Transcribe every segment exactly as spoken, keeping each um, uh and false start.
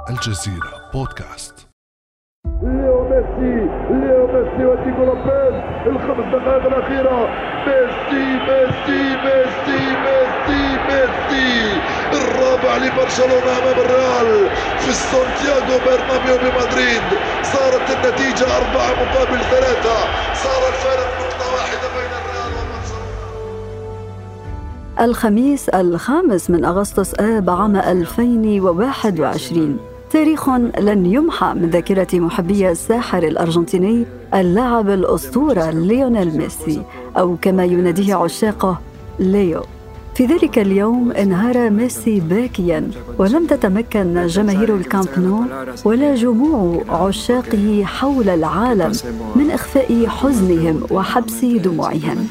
الجزيرة بودكاست. ليو ميسي ليو ميسي وديكو لوبيز الخمس دقائق الأخيرة. ميسي ميسي ميسي ميسي ميسي الرابع لبرشلونة أمام الريال في سانتياغو برنابيو بمدريد. صارت النتيجة أربعة مقابل ثلاثة، صار الفارق نقطة واحدة بين الريال وبرشلونة. الخميس الخامس من أغسطس آب عام ألفين وواحد وعشرين، تاريخ لن يمحى من ذاكرة محبي الساحر الأرجنتيني اللاعب الأسطورة ليونيل ميسي، أو كما يناديه عشاقه ليو. في ذلك اليوم انهار ميسي باكياً، ولم تتمكن جماهير الكامب نو ولا جموع عشاقه حول العالم من إخفاء حزنهم وحبس دموعهم.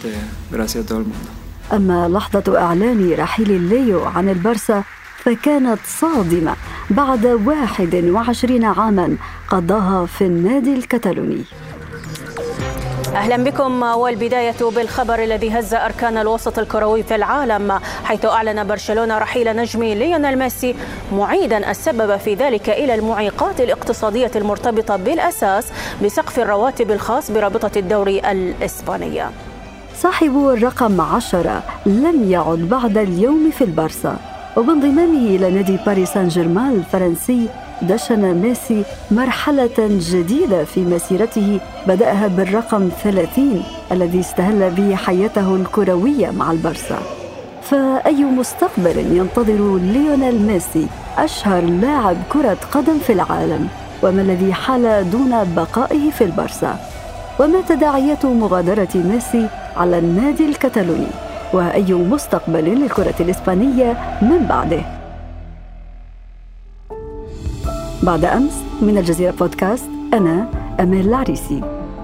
أما لحظة إعلان رحيل ليو عن البارسا فكانت صادمة بعد واحد وعشرين عاماً قضاها في النادي الكتالوني. أهلا بكم، والبداية بالخبر الذي هز أركان الوسط الكروي في العالم، حيث أعلن برشلونة رحيل نجم ليونيل ميسي، معيدا السبب في ذلك إلى المعيقات الاقتصادية المرتبطة بالأساس بسقف الرواتب الخاص برابطة الدوري الإسبانية. صاحب الرقم عشرة لم يعد بعد اليوم في البارسا، وبانضمامه إلى نادي باريس سان جيرمان الفرنسي دشن ميسي مرحلة جديدة في مسيرته بدأها بالرقم ثلاثين الذي استهل به حياته الكروية مع البارسا. فأي مستقبل ينتظر ليونيل ميسي أشهر لاعب كرة قدم في العالم؟ وما الذي حال دون بقائه في البارسا؟ وما تداعيات مغادرة ميسي على النادي الكتالوني؟ وأي مستقبل للكرة الإسبانية من بعده؟ بعد أمس من الجزيرة بودكاست، أنا أمال العريسي.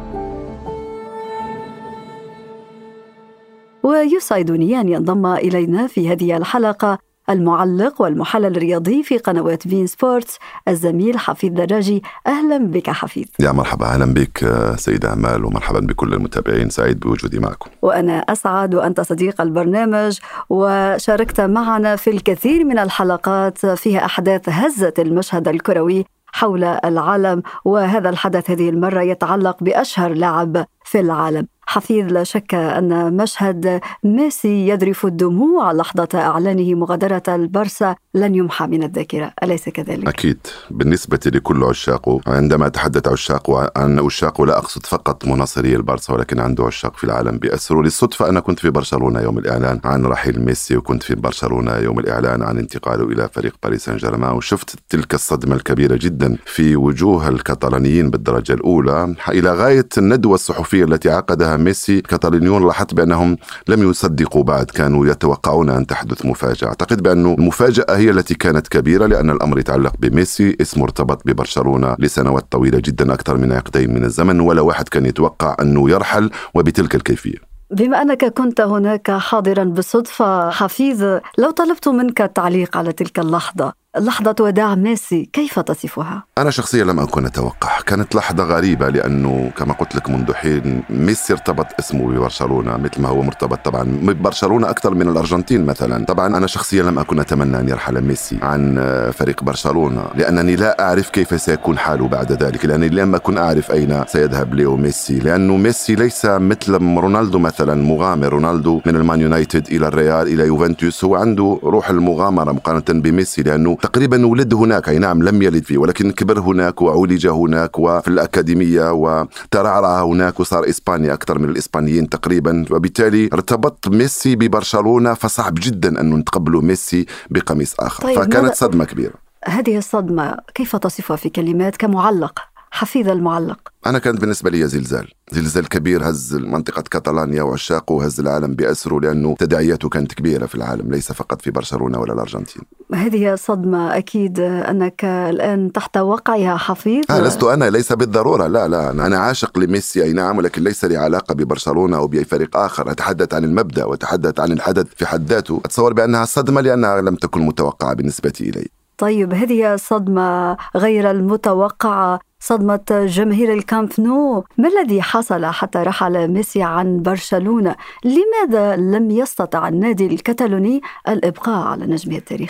ويسعدني أن ينضم إلينا في هذه الحلقة المعلق والمحلل الرياضي في قنوات بين سبورتس الزميل حفيظ دراجي. أهلا بك حفيظ. يا مرحبا، أهلا بك سيدة أمال، ومرحبا بكل المتابعين، سعيد بوجودي معكم. وأنا أسعد، وأنت صديق البرنامج وشاركت معنا في الكثير من الحلقات فيها أحداث هزت المشهد الكروي حول العالم، وهذا الحدث هذه المرة يتعلق بأشهر لاعب في العالم. حفيظ، لا شك أن مشهد ميسي يذرف الدموع لحظة إعلانه مغادرة البارسا لن يمحى من الذاكرة، أليس كذلك؟ أكيد، بالنسبة لكل عشاقه. عندما أتحدث عشاقه عن عشاقه لا أقصد فقط مناصري البارسا، ولكن عنده عشاق في العالم بأسره. للصدفة أنا كنت في برشلونة يوم الإعلان عن رحيل ميسي، وكنت في برشلونة يوم الإعلان عن انتقاله إلى فريق باريس سان جيرمان، وشفت تلك الصدمة الكبيرة جدا في وجوه الكتالونيين بالدرجة الأولى، إلى غاية الندوة الصحفية التي عقدها ميسي. كتالونيون لاحظت بأنهم لم يصدقوا بعد، كانوا يتوقعون أن تحدث مفاجأة. أعتقد بأن المفاجأة هي التي كانت كبيرة، لأن الأمر يتعلق بميسي، اسمه ارتبط ببرشلونة لسنوات طويلة جدا، أكثر من عقدين من الزمن، ولا واحد كان يتوقع أنه يرحل وبتلك الكيفية. بما أنك كنت هناك حاضرا بالصدفة حفيظ، لو طلبت منك التعليق على تلك اللحظة، لحظة وداع ميسي، كيف تصفها؟ أنا شخصيا لم أكن أتوقع، كانت لحظة غريبة، لأنه كما قلت لك منذ حين ميسي ارتبط اسمه ببرشلونة مثل ما هو مرتبط طبعا ببرشلونة أكثر من الأرجنتين مثلا. طبعا أنا شخصيا لم أكن أتمنى أن يرحل ميسي عن فريق برشلونة، لأنني لا أعرف كيف سيكون حاله بعد ذلك، لأنني لم أكن أعرف أين سيذهب ليو ميسي، لأنه ميسي ليس مثل رونالدو مثلا مغامر. رونالدو من المان يونايتد إلى الريال إلى يوفنتوس، هو عنده روح المغامرة مقارنة بميسي، لأنه تقريبا ولد هناك، أي نعم لم يلد فيه، ولكن كبر هناك وعولج هناك وفي الأكاديمية وترعرع هناك وصار إسباني أكثر من الإسبانيين تقريبا، وبالتالي ارتبط ميسي ببرشلونة، فصعب جدا أن نتقبله ميسي بقميص آخر. طيب، فكانت صدمة كبيرة. هذه الصدمة كيف تصفها في كلمات كمعلق حفيظ المعلق؟ أنا كانت بالنسبة لي زلزال زلزال كبير، هز منطقة كاتالانيا وعشاقه، هز العالم بأسره، لأنه تداعياته كانت كبيرة في العالم، ليس فقط في برشلونة ولا الأرجنتين. هذه صدمة أكيد أنك الآن تحت وقعها حفيظ. آه لست أنا، ليس بالضرورة، لا لا أنا عاشق لميسي أي نعم، ولكن ليس لي علاقة ببرشلونة أو بأي فريق آخر. أتحدث عن المبدأ وأتحدث عن الحدث في حد ذاته. أتصور بأنها صدمة لأنها لم تكن متوقعة بالنسبة إلي. طيب، هذه صدمة غير المتوقعة، صدمة جماهير الكامب نو. ما الذي حصل حتى رحل ميسي عن برشلونة؟ لماذا لم يستطع النادي الكتالوني الإبقاء على نجمه التاريخي؟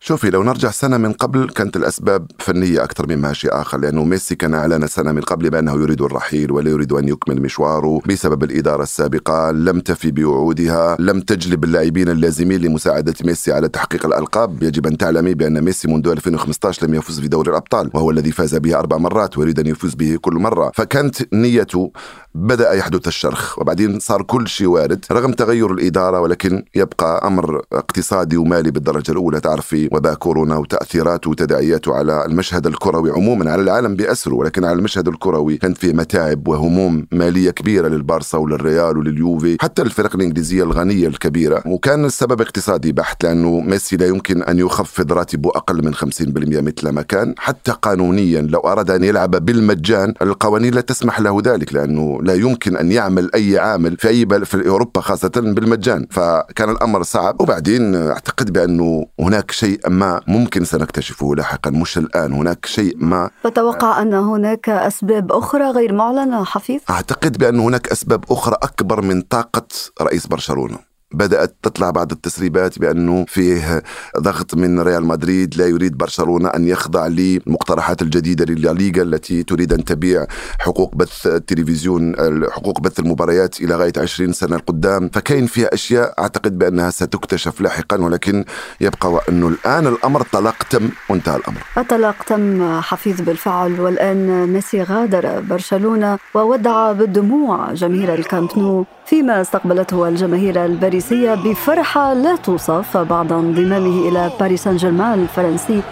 شوفي، لو نرجع سنة من قبل كانت الأسباب فنية أكثر مما شيء آخر، لأنه ميسي كان أعلن سنة من قبل بأنه يريد الرحيل ولا يريد أن يكمل مشواره بسبب الإدارة السابقة، لم تفي بوعودها، لم تجلب اللاعبين اللازمين لمساعدة ميسي على تحقيق الألقاب. يجب أن تعلمي بأن ميسي منذ ألفين وخمسة عشر لم يفوز بدوري الأبطال، وهو الذي فاز به أربع مرات ويريد أن يفوز به كل مرة. فكانت نيته، بدأ يحدث الشرخ وبعدين صار كل شيء وارد رغم تغير الإدارة، ولكن يبقى أمر اقتصادي ومالي بالدرجة الأولى. تعرفي وباء كورونا وتأثيراته وتداعياته على المشهد الكروي عموما، على العالم بأسره، ولكن على المشهد الكروي كان فيه متاعب وهموم مالية كبيرة للبارسا وللريال ولليوفي، حتى الفرق الإنجليزية الغنية الكبيرة. وكان السبب اقتصادي بحت، لأنه ميسي لا يمكن أن يخفض راتبه أقل من خمسين بالمئة مثل ما كان، حتى قانونيا لو أراد أن يلعب بالمجان القوانين لا تسمح له ذلك، لأنه لا يمكن أن يعمل أي عامل في أي بلد في أوروبا خاصة بالمجان. فكان الأمر صعب. وبعدين أعتقد بأنه هناك شيء ما ممكن سنكتشفه لاحقا، مش الآن، هناك شيء ما. تتوقع أن هناك أسباب أخرى غير معلنة حفيظ؟ أعتقد بأن هناك أسباب أخرى أكبر من طاقة رئيس برشلونة. بدأت تطلع بعض التسريبات بأنه فيه ضغط من ريال مدريد، لا يريد برشلونة أن يخضع للمقترحات الجديدة للليغا التي تريد أن تبيع حقوق بث التلفزيون، حقوق بث المباريات إلى غاية عشرين سنة القدام. فكاين فيها أشياء أعتقد بأنها ستكتشف لاحقا، ولكن يبقى أنه الآن الأمر طلاق تم وانتهى الأمر. الطلاق تم حفيظ بالفعل، والآن ميسي غادر برشلونة وودع بالدموع جماهير الكامب نو، فيما استقبلته الجماهير الباريسية بفرحة لا توصف بعد انضمامه إلى باريس سان جيرمان الفرنسي.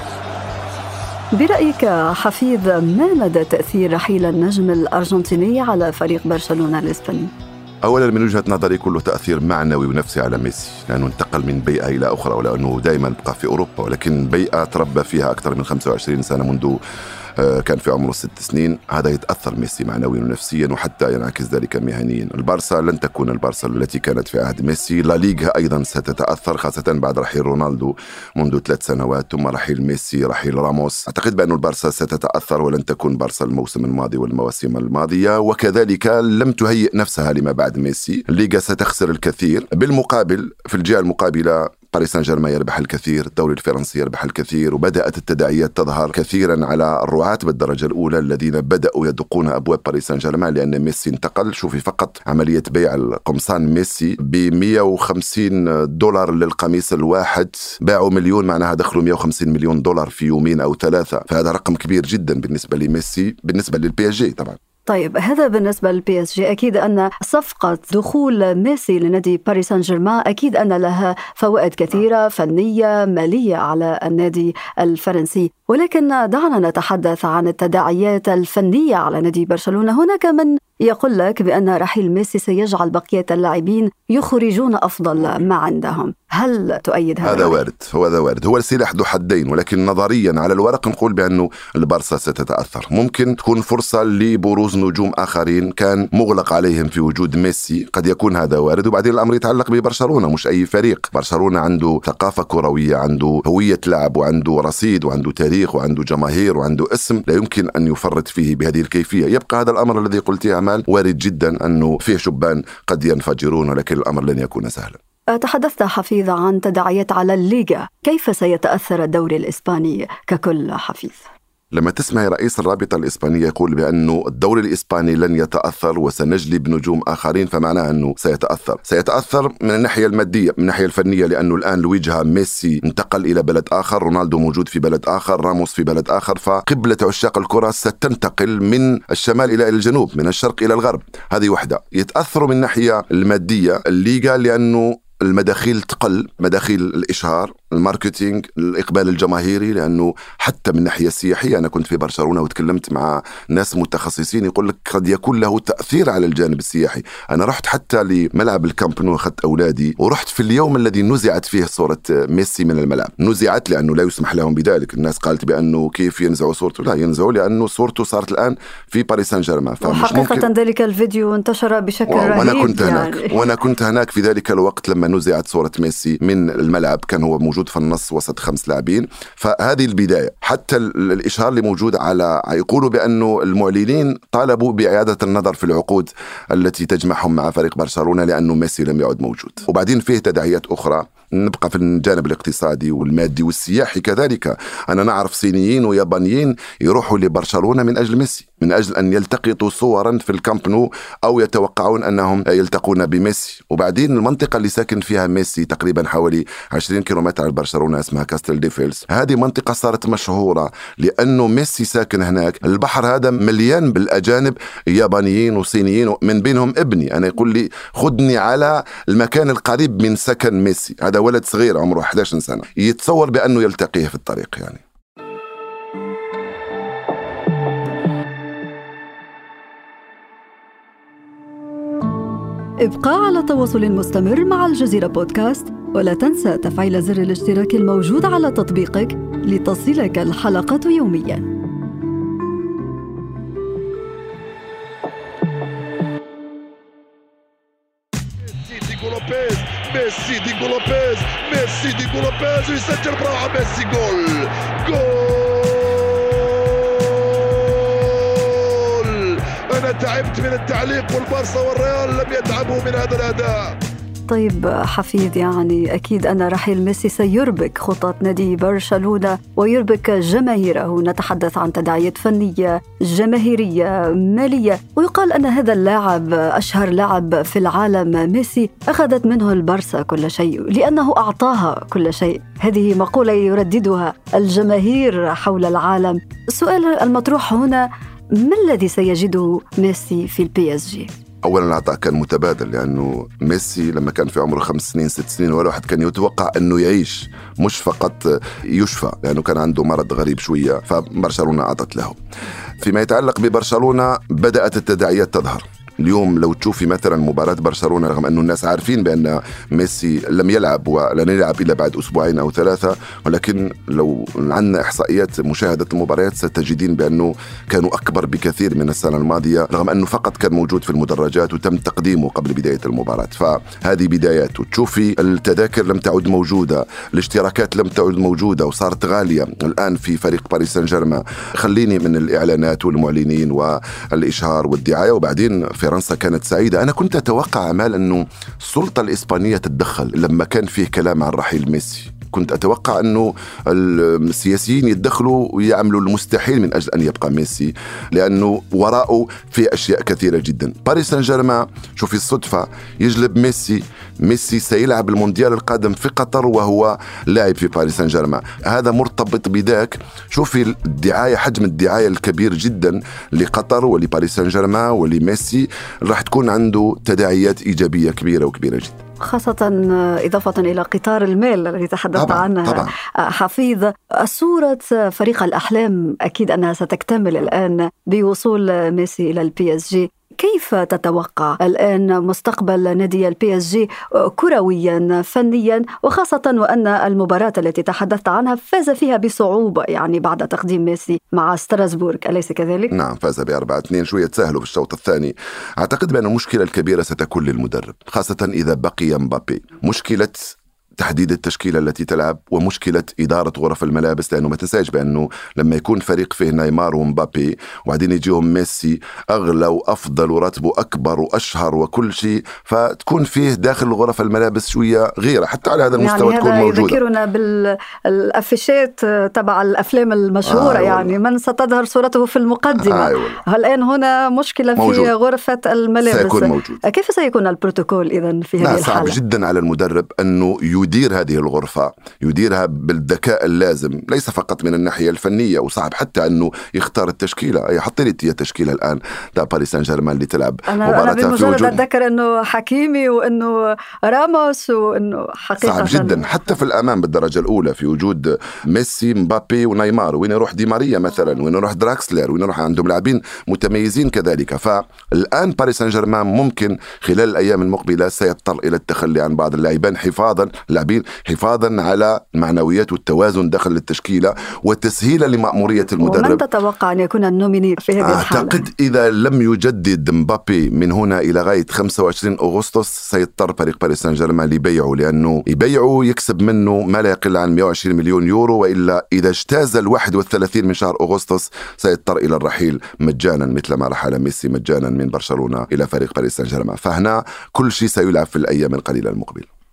برأيك حفيظ، ما مدى تأثير رحيل النجم الأرجنتيني على فريق برشلونة الإسباني؟ أولا من وجهة نظري كله تأثير معنوي ونفسي على ميسي، لأنه انتقل من بيئة إلى أخرى، ولأنه دائما بقى في أوروبا، ولكن بيئة تربى فيها أكثر من خمسة وعشرين سنة، منذ كان في عمره ست سنين. هذا يتأثر ميسي معنويا ونفسيا، وحتى ينعكس ذلك مهنيا. البارسا لن تكون البارسا التي كانت في عهد ميسي. لا ليغا أيضا ستتأثر، خاصة بعد رحيل رونالدو منذ ثلاث سنوات، ثم رحيل ميسي، رحيل راموس. أعتقد بأن البارسا ستتأثر ولن تكون بارسا الموسم الماضي والمواسم الماضية، وكذلك لم تهيئ نفسها لما بعد ميسي. الليغا ستخسر الكثير. بالمقابل في الجهة المقابلة باريس سان جيرمان يربح الكثير، الدوري الفرنسي يربح الكثير، وبدأت التداعيات تظهر كثيرا على الرعاة بالدرجة الأولى الذين بدأوا يدقون أبواب باريس سان جيرمان، لأن ميسي انتقل. شوفي فقط عملية بيع القمصان ميسي ب مئة وخمسين دولار للقميص الواحد، باعوا مليون، معناها دخلوا مئة وخمسين مليون دولار في يومين أو ثلاثة. فهذا رقم كبير جدا بالنسبة لميسي، بالنسبة للبي اس جي طبعا. طيب هذا بالنسبة للبي اس جي. أكيد أن صفقة دخول ميسي لنادي باريس سان جيرمان أكيد أن لها فوائد كثيرة فنية مالية على النادي الفرنسي، ولكن دعنا نتحدث عن التداعيات الفنية على نادي برشلونة. هناك من يقول لك بأن رحيل ميسي سيجعل بقية اللاعبين يخرجون أفضل ما عندهم. هل تؤيد هذا؟ هذا وارد، هو هذا وارد، هو السلاح ذو حدين، ولكن نظريا على الورق نقول بأنه البارسا ستتأثر. ممكن تكون فرصة لبروز نجوم آخرين كان مغلق عليهم في وجود ميسي، قد يكون هذا وارد. وبعدين الأمر يتعلق ببرشلونة، مش أي فريق. برشلونة عنده ثقافة كروية، عنده هوية لعب، وعنده رصيد، وعنده تاريخ، وعنده جماهير، وعنده اسم لا يمكن أن يفرط فيه بهذه الكيفية. يبقى هذا الأمر الذي قلته أعمال وارد جدا أنه فيه شبان قد ينفجرون، ولكن الأمر لن يكون سهلا. تحدثت حفيظ عن تداعيات على الليغا، كيف سيتأثر الدوري الإسباني ككل حفيظ؟ لما تسمع رئيس الرابطة الإسبانية يقول بأنه الدوري الإسباني لن يتأثر وسنجلب نجوم آخرين، فمعناه أنه سيتأثر. سيتأثر من الناحية المادية، من الناحية الفنية، لأنه الآن الوجهة ميسي انتقل إلى بلد آخر، رونالدو موجود في بلد آخر، راموس في بلد آخر، فقبلة عشاق الكرة ستنتقل من الشمال إلى الجنوب، من الشرق إلى الغرب. هذه وحدة. يتأثروا من الناحية المادية الليغا، لأنه المداخيل تقل، مداخيل الإشهار، الماركتينج، الإقبال الجماهيري، لأنه حتى من ناحية السياحية أنا كنت في برشلونة وتكلمت مع ناس متخصصين يقول لك قد يكون له تأثير على الجانب السياحي. أنا رحت حتى لملعب الكامب نو، أخذت أولادي ورحت في اليوم الذي نزعت فيه صورة ميسي من الملعب. نزعت لأنه لا يسمح لهم بذلك. الناس قالت بأنه كيف ينزعوا صورته؟ لا ينزعوا، لأنه صورته صارت الآن في باريس سان جيرمان. وحقيقة ذلك الفيديو انتشر بشكل رهيب. وأنا كنت هناك يعني. وأنا كنت هناك في ذلك الوقت لما نزعت صورة ميسي من الملعب، كان هو موجود في النص وسط خمس لاعبين. فهذه البداية. حتى الإشهار اللي موجود على، يقولوا بأنه المعلنين طالبوا بإعادة النظر في العقود التي تجمعهم مع فريق برشلونة، لأنه ميسي لم يعد موجود. وبعدين فيه تداعيات أخرى، نبقى في الجانب الاقتصادي والمادي والسياحي كذلك. أنا نعرف صينيين ويابانيين يروحوا لبرشلونة من أجل ميسي، من أجل أن يلتقطوا صورا في الكامب نو أو يتوقعون أنهم يلتقون بميسي. وبعدين المنطقة اللي ساكن فيها ميسي تقريبا حوالي عشرين كيلومتر على برشلونة اسمها كاستل دي فيلز، هذه منطقة صارت مشهورة لأنه ميسي ساكن هناك. البحر هذا مليان بالأجانب يابانيين وصينيين، من بينهم ابني أنا يقول لي خدني على المكان القريب من سكن ميسي. هذا ولد صغير عمره إحدى عشرة سنة، يتصور بأنه يلتقيه في الطريق يعني. ابقى على تواصل مستمر مع الجزيرة بودكاست، ولا تنسى تفعيل زر الاشتراك الموجود على تطبيقك لتصلك الحلقة يومياً. ميسي ديغو لوبيز ميسي ديغو لوبيز ويسجل بروعة ميسي. جول جول. أنا تعبت من التعليق والبارسا والريال لم يتعبوا من هذا الأداء. طيب حفيظ، يعني أكيد أن رحيل ميسي سيربك خطط نادي برشلونة ويربك جماهيره. نتحدث عن تداعيات فنية، جماهيرية، مالية، ويقال أن هذا اللاعب أشهر لاعب في العالم ميسي أخذت منه البارسا كل شيء لأنه أعطاها كل شيء. هذه مقولة يرددها الجماهير حول العالم. السؤال المطروح هنا، ما الذي سيجده ميسي في البي اس جي؟ أولاً العطاء كان متبادل، لأنه ميسي لما كان في عمره خمس سنين ست سنين ولا واحد كان يتوقع أنه يعيش، مش فقط يشفى، لأنه كان عنده مرض غريب شوية، فبرشلونة أعطت له. فيما يتعلق ببرشلونة بدأت التداعيات تظهر. اليوم لو تشوفي مثلا مباراة برشلونة، رغم أنه الناس عارفين بأن ميسي لم يلعب ولن يلعب إلا بعد أسبوعين أو ثلاثة، ولكن لو عندنا إحصائيات مشاهدة المباريات ستجدين بأنه كانوا أكبر بكثير من السنة الماضية، رغم أنه فقط كان موجود في المدرجات وتم تقديمه قبل بداية المباراة. فهذه بدايات. وتشوفي التذاكر لم تعد موجودة، الاشتراكات لم تعد موجودة وصارت غالية الآن في فريق باريس سان جيرمان. خليني من الإعلانات والمعلنين والإشهار والدعاية. وبعدين فرنسا كانت سعيدة. أنا كنت أتوقع أمال أنه السلطة الإسبانية تتدخل لما كان فيه كلام عن رحيل ميسي. كنت أتوقع أنه السياسيين يتدخلوا ويعملوا المستحيل من أجل أن يبقى ميسي، لأنه وراءه في أشياء كثيرة جدا. باريس سان جيرمان شوفي الصدفة يجلب ميسي. ميسي سيلعب المونديال القادم في قطر وهو لاعب في باريس سان جيرمان. هذا مرتبط بذاك. شوفي الدعاية، حجم الدعاية الكبير جدا لقطر ولباريس سان جيرمان ولميسي راح تكون عنده تداعيات إيجابية كبيرة وكبيرة جدا، خاصة إضافة إلى قطار المال الذي تحدثت طبعاً عنها طبعاً. حفيظ. الصورة فريق الأحلام أكيد أنها ستكتمل الآن بوصول ميسي إلى البي اس جي. كيف تتوقع الآن مستقبل نادي البي اس جي كرويا فنيا، وخاصة وأن المباراة التي تحدثت عنها فاز فيها بصعوبة يعني بعد تقديم ميسي مع ستراسبورغ، أليس كذلك؟ نعم، فاز بأربعة اثنين، شوية تساهلوا في الشوط الثاني. أعتقد بأن المشكلة الكبيرة ستكون للمدرب، خاصة إذا بقي مبابي. مشكلة تحديد التشكيلة التي تلعب ومشكلة إدارة غرف الملابس، لأنه ما تنساش بأنه لما يكون فريق فيه نيمار ومبابي وبعدين يجيهم ميسي أغلى وأفضل وراتبه أكبر وأشهر وكل شيء، فتكون فيه داخل غرف الملابس شوية غيرة حتى على هذا المستوى يعني تكون موجودة. هذا يذكرنا بالأفيشات تبع الأفلام المشهورة، آه يعني من ستظهر صورته في المقدمة. آه الآن هنا مشكلة موجود. في غرفة الملابس سيكون موجود. كيف سيكون البروتوكول إذن في هذه الحالة؟ صعب جدا على المدرب أنه يدير هذه الغرفة، يديرها بالذكاء اللازم، ليس فقط من الناحية الفنية. وصعب حتى أنه يختار التشكيلة. يحط لي التشكيلة الآن تاع باريس سان جيرمان اللي تلعب مباراة. أنا بمجرد أتذكر أنه حكيمي وأنه راموس وأنه حقيقة صعب جدا حتى في الأمام بالدرجة الأولى في وجود ميسي مبابي ونيمار. وين يروح دي ماريا مثلا، وين يروح دراكسلر، وين يروح عندهم لاعبين متميزين كذلك. فالآن باريس سان جيرمان ممكن خلال الأيام المقبلة سيضطر إلى التخلي عن بعض اللاعبين حفاظا لاعبين حفاظا على المعنويات والتوازن داخل التشكيلة وتسهيلا لمأمورية المدرب. ومن تتوقع أن يكون النوميني في هذه الحالة؟ أعتقد إذا لم يجدد مبابي من هنا إلى غاية خمسة وعشرين أغسطس سيضطر فريق باريس سان جيرمان لبيعه، لأنه يبيعه يكسب منه ما لا يقل عن مئة وعشرين مليون يورو، وإلا إذا اجتاز الواحد والثلاثين من شهر أغسطس سيضطر إلى الرحيل مجانا مثل ما رحل ميسي مجانا من برشلونة إلى فريق باريس سان جيرمان. فهنا كل شيء سيلعب في الأيام القليلة المقبلة.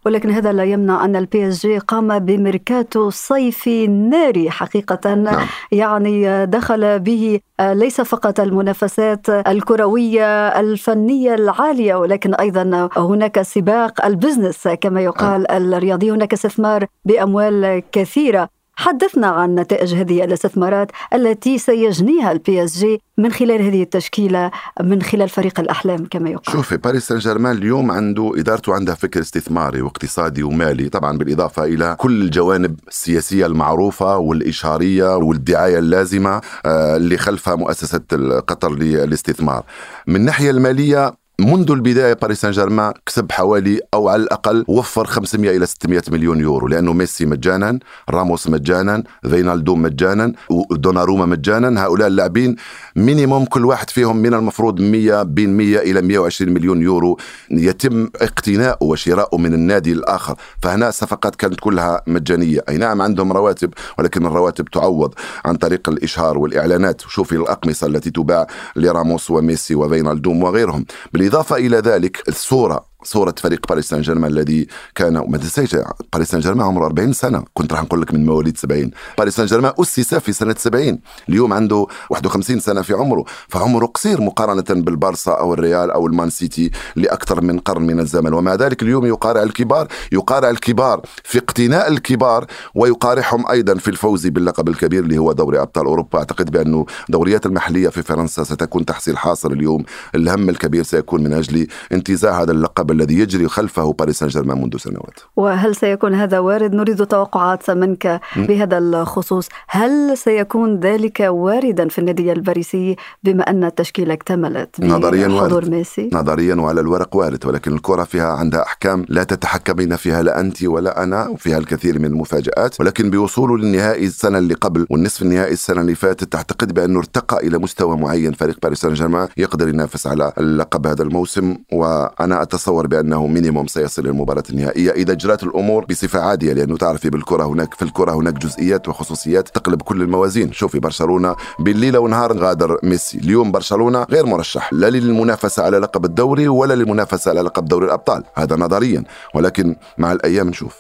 ولكن هذا لا يمنع أن البي اس جي قام بميركاتو صيفي ناري حقيقة. نعم. يعني دخل به ليس فقط المنافسات الكروية الفنية العالية، ولكن أيضا هناك سباق البزنس كما يقال الرياضي، هناك استثمار بأموال كثيرة. حدثنا عن نتائج هذه الاستثمارات التي سيجنيها البي اس جي من خلال هذه التشكيلة، من خلال فريق الأحلام كما يقال. شوفي، باريس سان جيرمان اليوم عنده إدارته عندها فكر استثماري واقتصادي ومالي، طبعا بالإضافة إلى كل الجوانب السياسية المعروفة والإشارية والدعاية اللازمة اللي خلفها مؤسسة قطر للاستثمار. من الناحية المالية منذ البداية باريس سان جيرمان كسب حوالي أو على الأقل وفر خمسمائة إلى ستمائة مليون يورو، لأنه ميسي مجانا، راموس مجانا، فينالدوم مجانا، ودوناروما مجانا. هؤلاء اللاعبين مينيموم كل واحد فيهم من المفروض مئة بين مئة إلى مئة وعشرين مليون يورو يتم اقتناء وشراءه من النادي الآخر. فهنا الصفقات كانت كلها مجانية. أي نعم عندهم رواتب، ولكن الرواتب تعوض عن طريق الإشهار والإعلانات. شوفي الأقمصة التي تباع لراموس وميسي وفينالدوم وغيرهم. بالإضافة إلى ذلك الصورة صورة فريق باريس سان جيرمان الذي كان، وما تنسيش باريس سان جيرمان عمره أربعين سنة، كنت راح نقول لك من مواليد سبعين. باريس سان جيرمان أسس في سنة سبعين، اليوم عنده واحد وخمسين سنة في عمره، فعمره قصير مقارنة بالبارسا أو الريال أو المان سيتي لأكثر من قرن من الزمن. ومع ذلك اليوم يقارع الكبار، يقارع الكبار في اقتناء الكبار، ويقارعهم أيضا في الفوز باللقب الكبير اللي هو دوري أبطال أوروبا. أعتقد بأنه دوريات المحلية في فرنسا ستكون تحصيل حاصل اليوم. الهم الكبير سيكون من أجل انتزاع هذا اللقب الذي يجري خلفه باريس سان جيرمان منذ سنوات. وهل سيكون هذا وارد؟ نريد توقعات منك بهذا الخصوص. هل سيكون ذلك واردا في النادي الباريسي بما أن التشكيلة اكتملت بحضور ميسي؟ نظريا وعلى الورق وارد، ولكن الكرة فيها عندها أحكام لا تتحكمين فيها لا أنت ولا أنا، وفيها الكثير من المفاجآت. ولكن بوصوله للنهائي السنة اللي قبل والنصف النهائي السنة اللي فاتت، أعتقد بأنه ارتقى إلى مستوى معين. فريق باريس سان جيرمان يقدر ينافس على اللقب هذا الموسم، وأنا أتصور بأنه مينيموم سيصل المباراة النهائية إذا جرت الأمور بصفة عادية، لأنه تعرفي بالكرة هناك في الكرة هناك جزئيات وخصوصيات تقلب كل الموازين. شوفي برشلونة بالليلة ونهار غادر ميسي، اليوم برشلونة غير مرشح لا للمنافسة على لقب الدوري ولا للمنافسة على لقب دوري الأبطال، هذا نظريا، ولكن مع الأيام نشوف.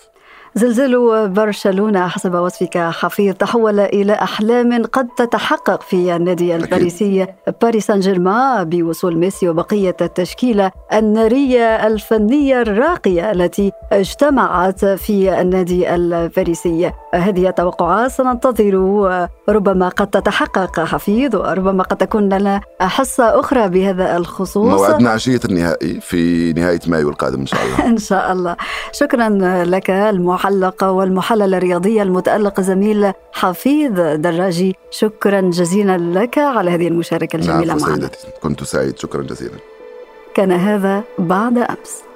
زلزال برشلونة حسب وصفك حفيظ تحول إلى أحلام قد تتحقق في النادي الباريسي باريس سان جيرمان بوصول ميسي وبقية التشكيلة النارية الفنية الراقية التي اجتمعت في النادي الباريسي. هذه توقعات سننتظر، ربما قد تتحقق حفيظ، وربما قد تكون لنا حصة أخرى بهذا الخصوص. موعدنا عشية النهائي في نهاية مايو القادم إن شاء الله. إن شاء الله. شكرا لك المحلق والمحلل الرياضي المتألق زميل حفيظ دراجي، شكرا جزيلا لك على هذه المشاركة الجميلة معنا. كنت سعيد، شكرا جزيلا. كان هذا بعد أمس.